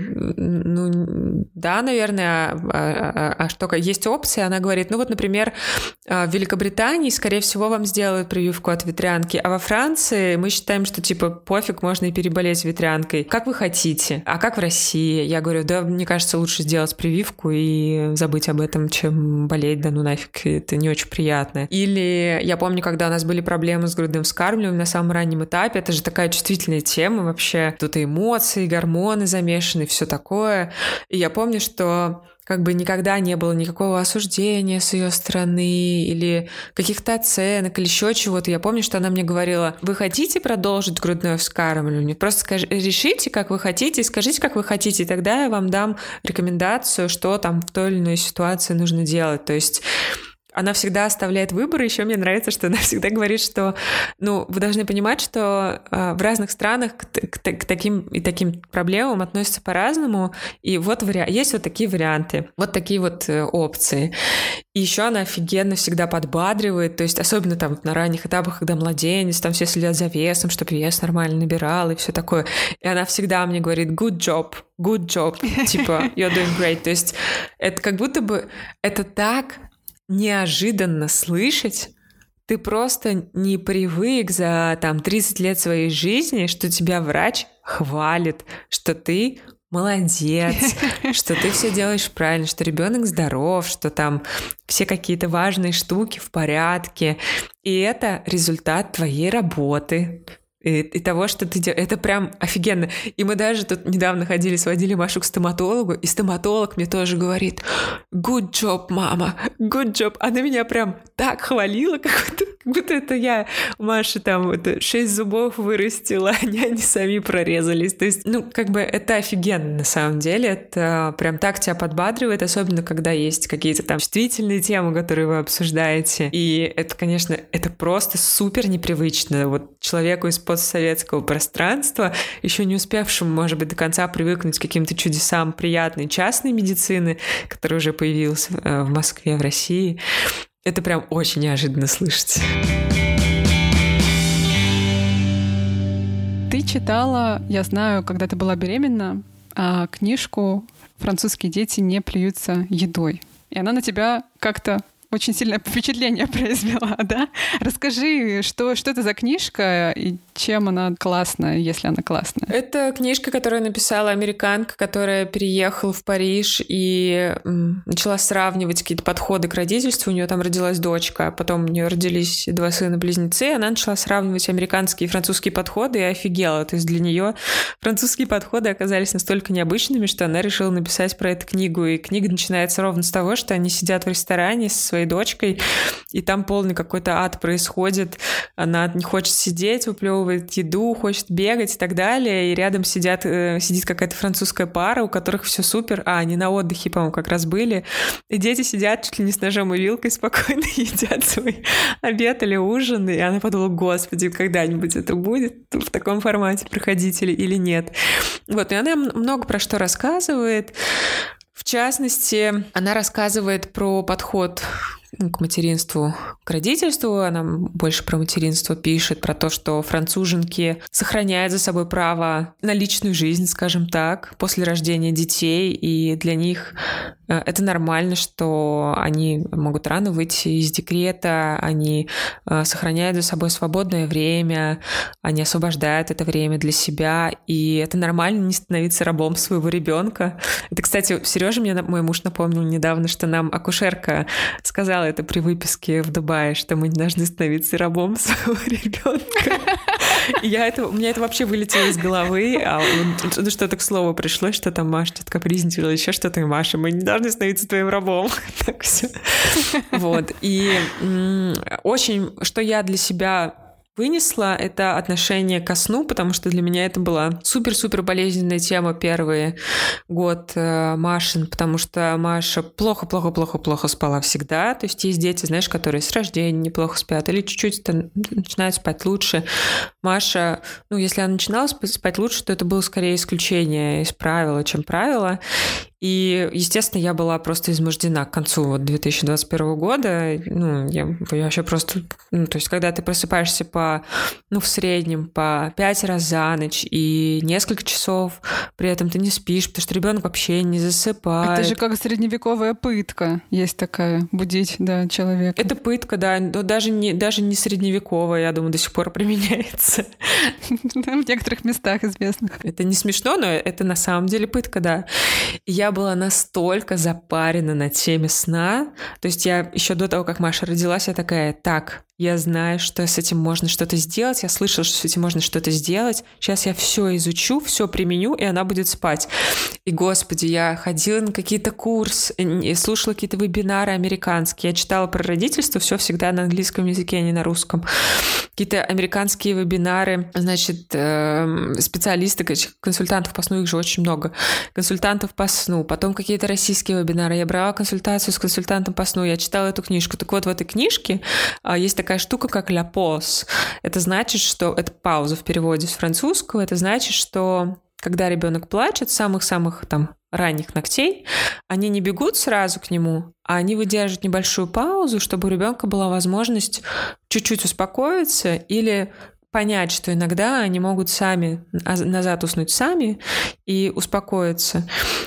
ну, да, наверное, а, а, а что, есть опции? Она говорит: ну вот, например, в Великобритании, скорее всего, вам сделают прививку от ветрянки, а во Франции мы считаем, что типа пофиг, можно и переболеть ветрянкой. Как вы хотите? А как в России? Я говорю: да, мне кажется, лучше сделать прививку и забыть об этом, чем болеть, да ну нафиг, это не очень приятно. Или я помню, когда у нас были проблемы с грудным вскармливанием на самом раннем этапе, это же такая чувствительная тема вообще, тут и эмоции, и гормоны замешаны, все такое. И я помню, что как бы никогда не было никакого осуждения с ее стороны или каких-то оценок или еще чего-то. Я помню, что она мне говорила: вы хотите продолжить грудное вскармливание? Просто скажи, решите, как вы хотите, и скажите, как вы хотите, и тогда я вам дам рекомендацию, что там в той или иной ситуации нужно делать. То есть она всегда оставляет выбор. Еще мне нравится, что она всегда говорит, что, ну, вы должны понимать, что э, в разных странах к, к, к таким и таким проблемам относятся по-разному. И вот вари... есть вот такие варианты, вот такие вот э, опции. И еще она офигенно всегда подбадривает, то есть особенно там на ранних этапах, когда младенец, там все следят за весом, чтобы вес нормально набирал и все такое. И она всегда мне говорит: good job, good job, типа you're doing great. То есть это как будто бы это так неожиданно слышать. Ты просто не привык за там тридцать лет своей жизни, что тебя врач хвалит, что ты молодец, что ты все делаешь правильно, что ребенок здоров, что там все какие-то важные штуки в порядке. И это результат твоей работы. И, и того, что ты делаешь. Это прям офигенно. И мы даже тут недавно ходили, сводили Машу к стоматологу, и стоматолог мне тоже говорит: good job, мама, good job. Она меня прям так хвалила, как будто Как будто это я, Маша, там это, шесть зубов вырастила, они, они сами прорезались. То есть, ну, как бы это офигенно на самом деле. Это прям так тебя подбадривает, особенно когда есть какие-то там чувствительные темы, которые вы обсуждаете. И это, конечно, это просто супер непривычно. Вот человеку из постсоветского пространства, еще не успевшему, может быть, до конца привыкнуть к каким-то чудесам приятной частной медицины, которая уже появилась в Москве, в России, это прям очень неожиданно слышать. Ты читала, я знаю, когда ты была беременна, книжку «Французские дети не плюются едой». И она на тебя как-то очень сильное впечатление произвела, да? Расскажи, что, что это за книжка и чем она классная, если она классная? Это книжка, которую написала американка, которая переехала в Париж и м, начала сравнивать какие-то подходы к родительству. У нее там родилась дочка, а потом у нее родились два сына-близнецы, и она начала сравнивать американские и французские подходы и офигела. То есть для нее французские подходы оказались настолько необычными, что она решила написать про эту книгу. И книга начинается ровно с того, что они сидят в ресторане со своей дочкой, и там полный какой-то ад происходит. Она не хочет сидеть, выплевывает еду, хочет бегать и так далее. И рядом сидят, э, сидит какая-то французская пара, у которых все супер. А, они на отдыхе, по-моему, как раз были. И дети сидят чуть ли не с ножом и вилкой, спокойно едят свой обед или ужин. И она подумала, господи, когда-нибудь это будет в таком формате, проходить или, или нет. Вот, и она много про что рассказывает. В частности, она рассказывает про подход к материнству, к родительству. Она больше про материнство пишет, про то, что француженки сохраняют за собой право на личную жизнь, скажем так, после рождения детей, и для них это нормально, что они могут рано выйти из декрета, они сохраняют за собой свободное время, они освобождают это время для себя, и это нормально не становиться рабом своего ребенка. Это, кстати, Сережа мне, мой муж, напомнил недавно, что нам акушерка сказала это при выписке в Дубае, что мы не должны становиться рабом своего ребенка. Я это, у меня это вообще вылетело из головы, а ну, что-то к слову пришлось, что там Маша что-то капризничала, еще что-то, и Маша, мы не должны становиться твоим рабом. Так все. Вот. И м- очень, что я для себя вынесла, это отношение ко сну, потому что для меня это была супер-супер болезненная тема первый год э, Машин, потому что Маша плохо-плохо-плохо-плохо спала всегда. То есть есть дети, знаешь, которые с рождения неплохо спят или чуть-чуть начинают спать лучше. Маша, ну, если она начинала спать лучше, то это было скорее исключение из правила, чем правило. И, естественно, я была просто измождена к концу вот две тысячи двадцать первого года. Ну, я, я вообще просто... Ну, то есть, когда ты просыпаешься по... Ну, в среднем по пять раз за ночь и несколько часов, при этом ты не спишь, потому что ребенок вообще не засыпает. Это же как средневековая пытка. Есть такая, будить, да, человека. Это пытка, да. Но даже не, даже не средневековая, я думаю, до сих пор применяется. В некоторых местах известных. Это не смешно, но это на самом деле пытка, да. Я была настолько запарена на теме сна. То есть я еще до того, как Маша родилась, я такая, так, я знаю, что с этим можно что-то сделать, я слышала, что с этим можно что-то сделать, сейчас я все изучу, все применю, и она будет спать. И, господи, я ходила на какие-то курсы, слушала какие-то вебинары американские, я читала про родительство, все всегда на английском языке, а не на русском. Какие-то американские вебинары, значит, специалисты, консультантов по сну, их же очень много, консультантов по сну, потом какие-то российские вебинары. Я брала консультацию с консультантом по сну, я читала эту книжку. Так вот, в этой книжке есть такая штука, как «la pause». Это значит, что... Это пауза в переводе с французского. Это значит, что когда ребенок плачет с самых-самых там ранних ногтей, они не бегут сразу к нему, а они выдерживают небольшую паузу, чтобы у ребенка была возможность чуть-чуть успокоиться или понять, что иногда они могут сами назад уснуть сами и успокоиться.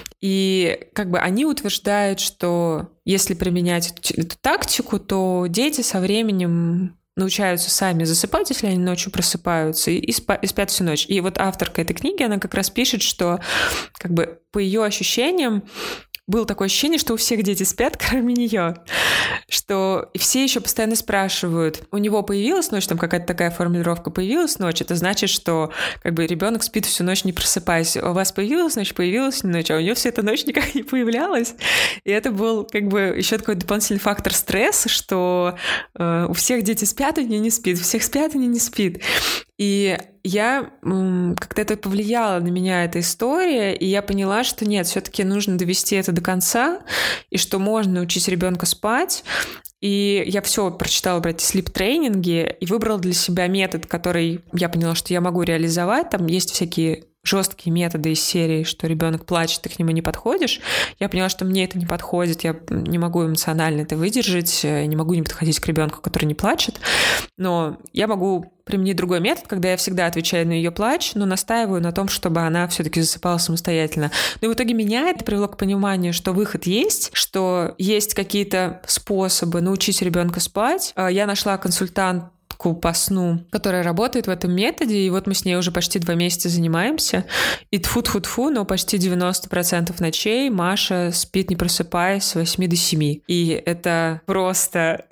И как бы они утверждают, что если применять эту тактику, то дети со временем научаются сами засыпать, если они ночью просыпаются, и, спа- и спят всю ночь. И вот авторка этой книги, она как раз пишет, что как бы по ее ощущениям было такое ощущение, что у всех дети спят, кроме нее. Что все еще постоянно спрашивают, у него появилась ночь, там какая-то такая формулировка, появилась ночь, это значит, что как бы ребенок спит всю ночь, не просыпаясь. У вас появилась ночь, появилась ночь, а у нее вся эта ночь никак не появлялась. И это был как бы еще такой дополнительный фактор стресса, что э, у всех дети спят, а у нее не спит, у всех спят, а у нее не спит. И я как-то это повлияла на меня, эта история, и я поняла, что нет, все-таки нужно довести это до конца, и что можно научить ребенка спать. И я все прочитала про эти слип-тренинги и выбрала для себя метод, который я поняла, что я могу реализовать. Там есть всякие жесткие методы из серии, что ребенок плачет, ты к нему не подходишь. Я поняла, что мне это не подходит, я не могу эмоционально это выдержать, я не могу не подходить к ребенку, который не плачет. Но я могу применить другой метод, когда я всегда отвечаю на ее плач, но настаиваю на том, чтобы она все-таки засыпала самостоятельно. Но в итоге меня это привело к пониманию, что выход есть, что есть какие-то способы научить ребенка спать. Я нашла консультант по сну, которая работает в этом методе, и вот мы с ней уже почти два месяца занимаемся, и тфу-тфу-тфу, но почти девяносто процентов ночей Маша спит, не просыпаясь, с восьми до семи. И это просто...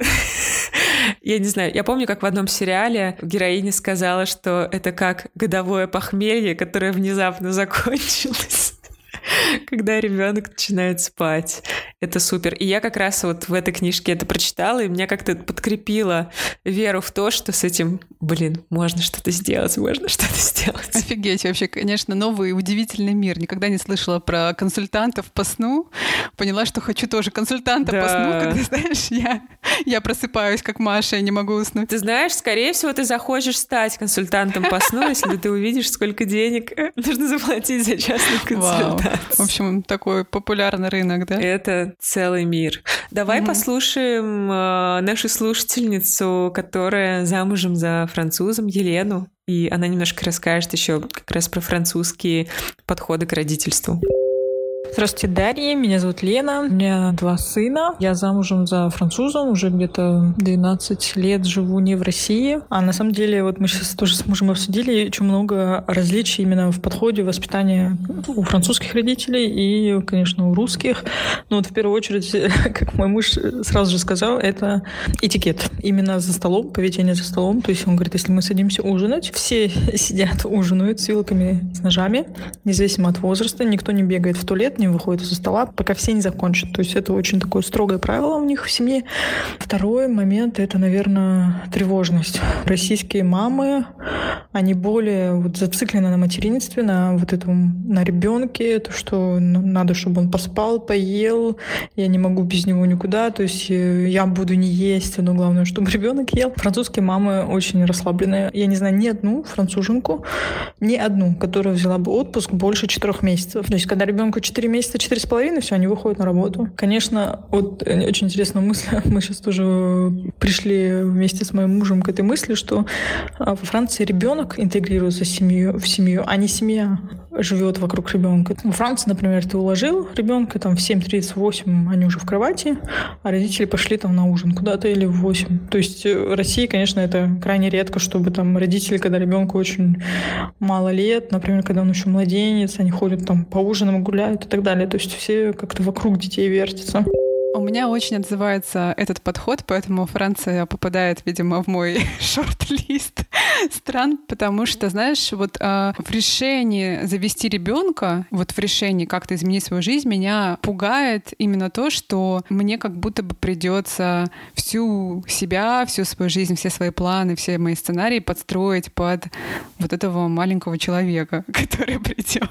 Я не знаю, я помню, как в одном сериале героиня сказала, что это как годовое похмелье, которое внезапно закончилось, когда ребенок начинает спать. Это супер. И я как раз вот в этой книжке это прочитала, и меня как-то подкрепило веру в то, что с этим, блин, можно что-то сделать, можно что-то сделать. Офигеть, вообще, конечно, новый удивительный мир. Никогда не слышала про консультантов по сну. Поняла, что хочу тоже консультанта да. по сну, когда, знаешь, я, я просыпаюсь, как Маша, и не могу уснуть. Ты знаешь, скорее всего, ты захочешь стать консультантом по сну, если ты увидишь, сколько денег нужно заплатить за частную консультацию. Вау. В общем, такой популярный рынок, да? Это целый мир. Давай mm-hmm. послушаем э, нашу слушательницу, которая замужем за французом, Елену, и она немножко расскажет еще как раз про французские подходы к родительству. Здравствуйте, Дарья. Меня зовут Лена. У меня два сына. Я замужем за французом. Уже где-то двенадцать лет живу не в России. А на самом деле, вот мы сейчас тоже с мужем обсудили, очень много различий именно в подходе воспитания у французских родителей и, конечно, у русских. Но вот в первую очередь, как мой муж сразу же сказал, это этикет. Именно за столом, поведение за столом. То есть он говорит, если мы садимся ужинать, все сидят, ужинают с вилками, с ножами, независимо от возраста. Никто не бегает в туалет, не выходит из-за стола, пока все не закончат. То есть это очень такое строгое правило у них в семье. Второй момент — это, наверное, тревожность. Российские мамы, они более вот зациклены на материнстве, на вот этом, на ребенке, то, что надо, чтобы он поспал, поел, я не могу без него никуда, то есть я буду не есть, но главное, чтобы ребенок ел. Французские мамы очень расслабленные. Я не знаю ни одну француженку, ни одну, которая взяла бы отпуск больше четырех месяцев. То есть когда ребенку четыре месяца, четыре с половиной, все, они выходят на работу. Конечно, вот очень интересная мысль. Мы сейчас тоже пришли вместе с моим мужем к этой мысли, что во Франции ребенок интегрируется в семью, в семью, а не семья живет вокруг ребенка. Во Франции, например, ты уложил ребенка там в семь тридцать восемь, они уже в кровати, а родители пошли там на ужин куда-то или в восемь. То есть в России, конечно, это крайне редко, чтобы там родители, когда ребенку очень мало лет, например, когда он еще младенец, они ходят там по ужинам, гуляют и так далее. То есть все как-то вокруг детей вертятся. У меня очень отзывается этот подход, поэтому Франция попадает, видимо, в мой шорт-лист стран, потому что, знаешь, вот э, в решении завести ребенка, вот в решении как-то изменить свою жизнь, меня пугает именно то, что мне как будто бы придется всю себя, всю свою жизнь, все свои планы, все мои сценарии подстроить под вот этого маленького человека, который придет,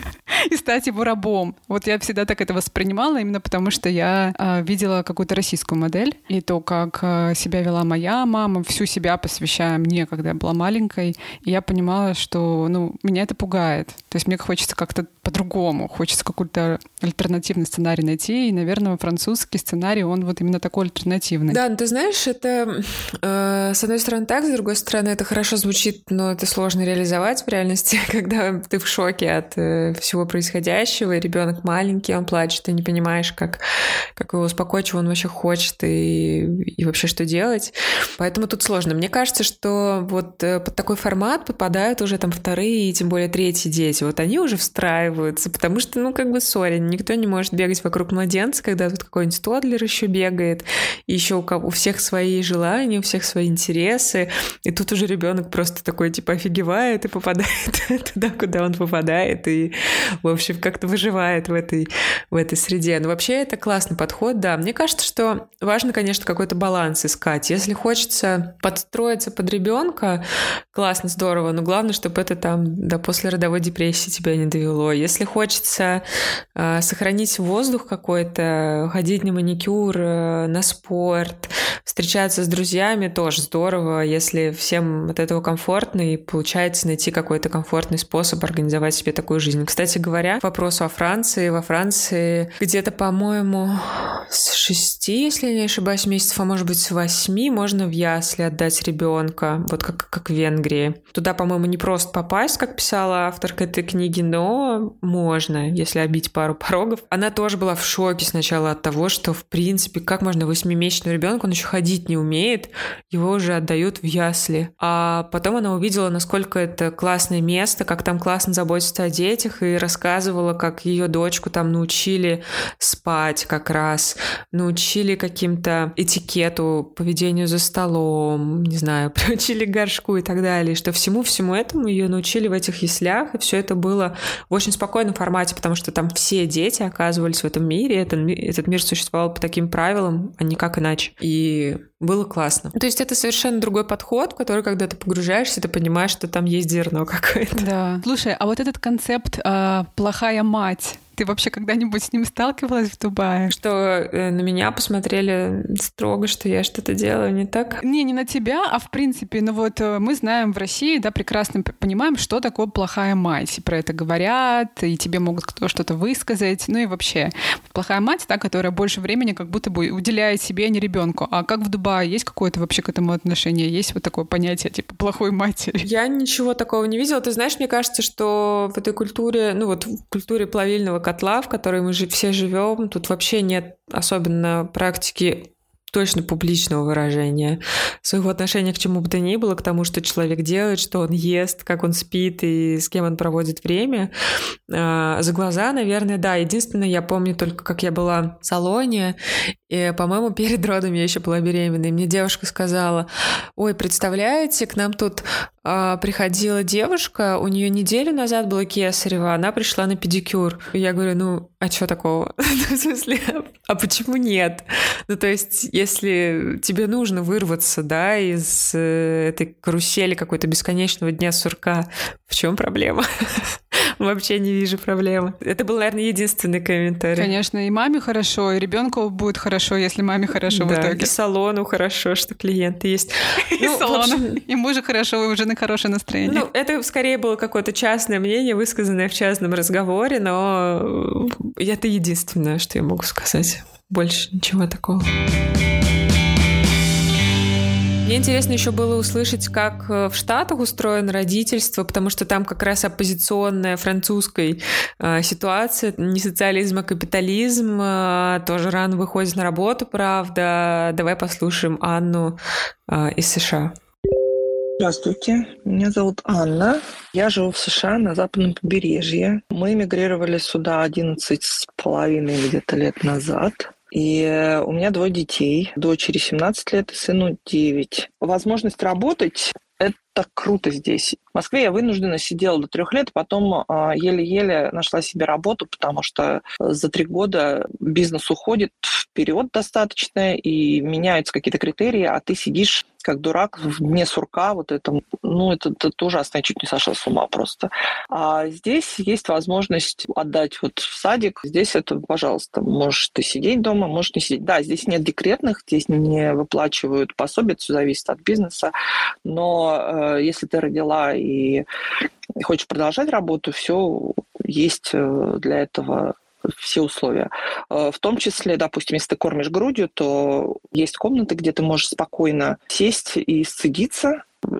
и стать его рабом. Вот я всегда так это воспринимала, именно потому что я э, видела какую-то российскую модель, и то, как э, себя вела моя мама, всю себя посвящая мне, когда я была маленькой, и я понимала, что, ну, меня это пугает. То есть мне хочется как-то по-другому, хочется какой-то альтернативный сценарий найти, и, наверное, французский сценарий, он вот именно такой альтернативный. Да, ну ты знаешь, это э, с одной стороны так, с другой стороны это хорошо звучит, но это сложно реализовать в реальности, когда ты в шоке от э, всего происходящего, и ребенок маленький, он плачет, ты не понимаешь, как, как его успокоить, чего он вообще хочет и, и вообще что делать. Поэтому тут сложно. Мне кажется, что вот под такой формат попадают уже там вторые и тем более третьи дети. Вот они уже встраиваются, потому что, ну, как бы, сори, никто не может бегать вокруг младенца, когда тут какой-нибудь тодлер еще бегает, и еще у, кого, у всех свои желания, у всех свои интересы, и тут уже ребенок просто такой, типа, офигевает и попадает туда, куда он попадает, и, в общем, как-то выживает в этой, в этой среде. Но вообще это классный подход, да. Мне кажется, что важно, конечно, какой-то баланс искать. Если хочется подстроиться под ребенка, классно, здорово, но главное, чтобы это там до послеродовой депрессии тебя не довело. Если хочется э, сохранить воздух какой-то, ходить на маникюр, э, на спорт, встречаться с друзьями, тоже здорово, если всем от этого комфортно и получается найти какой-то комфортный способ организовать себе такую жизнь. Кстати говоря, к вопросу о Франции. Во Франции где-то, по-моему, с шести, если не ошибаюсь, месяцев, а может быть с восьми можно в ясли отдать ребенка, вот как, как в Венгрии. Туда, по-моему, не просто попасть, как писала авторка этой книги, но можно, если обить пару порогов. Она тоже была в шоке сначала от того, что, в принципе, как можно восьмимесячному ребенку, он еще ходить не умеет, его уже отдают в ясли. А потом она увидела, насколько это классное место, как там классно заботиться о детях, и рассказывала, как ее дочку там научили спать как раз, научили каким-то этикету, поведению за столом, не знаю, приучили к горшку и так далее, что всему-всему этому ее научили в этих яслях, и все это было в очень спокойном формате, потому что там все дети оказывались в этом мире, этот, этот мир существовал по таким правилам, а никак иначе. И было классно. То есть это совершенно другой подход, в который, когда ты погружаешься, ты понимаешь, что там есть зерно какое-то. Да. Слушай, а вот этот концепт э, «плохая мать», ты вообще когда-нибудь с ним сталкивалась в Дубае? Что э, на меня посмотрели строго, что я что-то делаю не так? Не, не на тебя, а в принципе. Ну вот э, мы знаем в России, да, прекрасно понимаем, что такое плохая мать. И про это говорят, и тебе могут кто что-то высказать. Ну и вообще, плохая мать, та, которая больше времени как будто бы уделяет себе, а не ребенку. А как в Дубае? Есть какое-то вообще к этому отношение? Есть вот такое понятие, типа, плохой матери? Я ничего такого не видела. Ты знаешь, мне кажется, что в этой культуре, ну вот в культуре плавильного котла, в которой мы все живем, тут вообще нет особенно практики точно публичного выражения своего отношения к чему бы то ни было, к тому, что человек делает, что он ест, как он спит и с кем он проводит время. За глаза, наверное, да. Единственное, я помню только, как я была в салоне, и, по-моему, перед родом я еще была беременной. Мне девушка сказала: ой, представляете, к нам тут а, приходила девушка, у нее неделю назад было кесарево, она пришла на педикюр. И я говорю: ну, а что такого? В смысле, а почему нет? Ну, то есть, если тебе нужно вырваться, да, из этой карусели какой-то бесконечного дня сурка, в чем проблема? Вообще не вижу проблемы. Это был, наверное, единственный комментарий. Конечно, и маме хорошо, и ребенку будет хорошо, если маме хорошо да, в итоге. И салону хорошо, что клиенты есть. И ну, салону. Общем... И мужу хорошо, и у жены хорошее настроение. Ну, это скорее было какое-то частное мнение, высказанное в частном разговоре, но это единственное, что я могу сказать. Больше ничего такого. Мне интересно еще было услышать, как в Штатах устроено родительство, потому что там как раз оппозиционная французской э, ситуация, не социализм, а капитализм, э, тоже рано выходит на работу, правда. Давай послушаем Анну э, из США. Здравствуйте, меня зовут Анна. Я живу в США на западном побережье. Мы эмигрировали сюда одиннадцать с половиной где-то лет назад. И у меня двое детей, дочери семнадцать лет и сыну девять. Возможность работать – это круто здесь. В Москве я вынуждена сидела до трех лет, потом э, еле-еле нашла себе работу, потому что за три года бизнес уходит вперед достаточно, и меняются какие-то критерии, а ты сидишь как дурак в дне сурка, вот это, ну, это, это ужасно, я чуть не сошла с ума просто. А здесь есть возможность отдать вот в садик. Здесь это, пожалуйста, можешь ты сидеть дома, можешь не сидеть. Да, здесь нет декретных, здесь не выплачивают пособия, все зависит от бизнеса, но э, если ты родила и хочешь продолжать работу, все есть для этого все условия. В том числе, допустим, если ты кормишь грудью, то есть комнаты, где ты можешь спокойно сесть и сцедиться.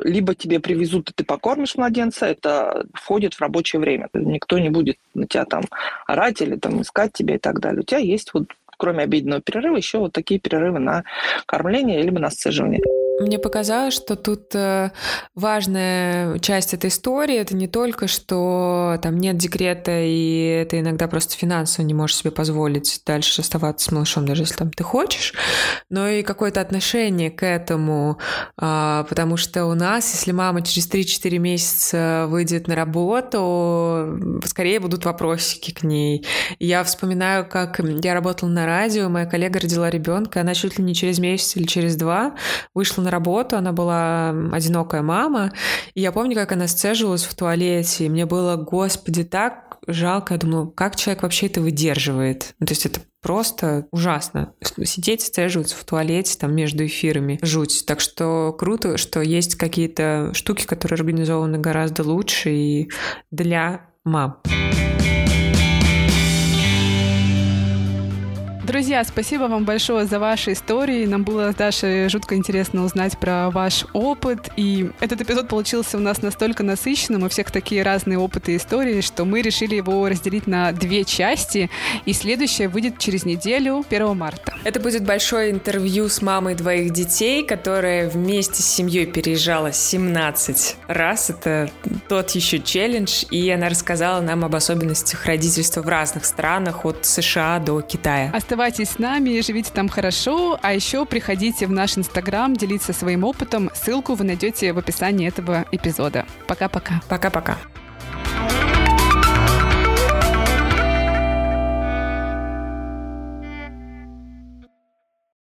либо тебе привезут, и ты покормишь младенца, это входит в рабочее время. Никто не будет на тебя там орать или там искать тебя и так далее. У тебя есть вот, кроме обеденного перерыва, еще вот такие перерывы на кормление либо на сцеживание. Мне показалось, что тут важная часть этой истории — это не только, что там нет декрета, и ты иногда просто финансово не можешь себе позволить дальше оставаться с малышом, даже если там ты хочешь, но и какое-то отношение к этому, потому что у нас, если мама через три-четыре месяца выйдет на работу, скорее будут вопросики к ней. Я вспоминаю, как я работала на радио, моя коллега родила ребенка, она чуть ли не через месяц или через два вышла на работу, она была одинокая мама, и я помню, как она сцеживалась в туалете, и мне было, господи, так жалко, я думала, как человек вообще это выдерживает? Ну, то есть это просто ужасно. Сидеть, сцеживаться в туалете там между эфирами. Жуть. Так что круто, что есть какие-то штуки, которые организованы гораздо лучше и для мам. Друзья, спасибо вам большое за ваши истории. Нам было с Дашей жутко интересно узнать про ваш опыт. И этот эпизод получился у нас настолько насыщенным, у всех такие разные опыты и истории, что мы решили его разделить на две части. И следующее выйдет через неделю, первого марта. Это будет большое интервью с мамой двоих детей, которая вместе с семьей переезжала семнадцать раз. Это тот еще челлендж. И она рассказала нам об особенностях родительства в разных странах, от США до Китая. Оставайтесь с нами, живите там хорошо, а еще приходите в наш Инстаграм, делиться своим опытом. Ссылку вы найдете в описании этого эпизода. Пока-пока. Пока-пока.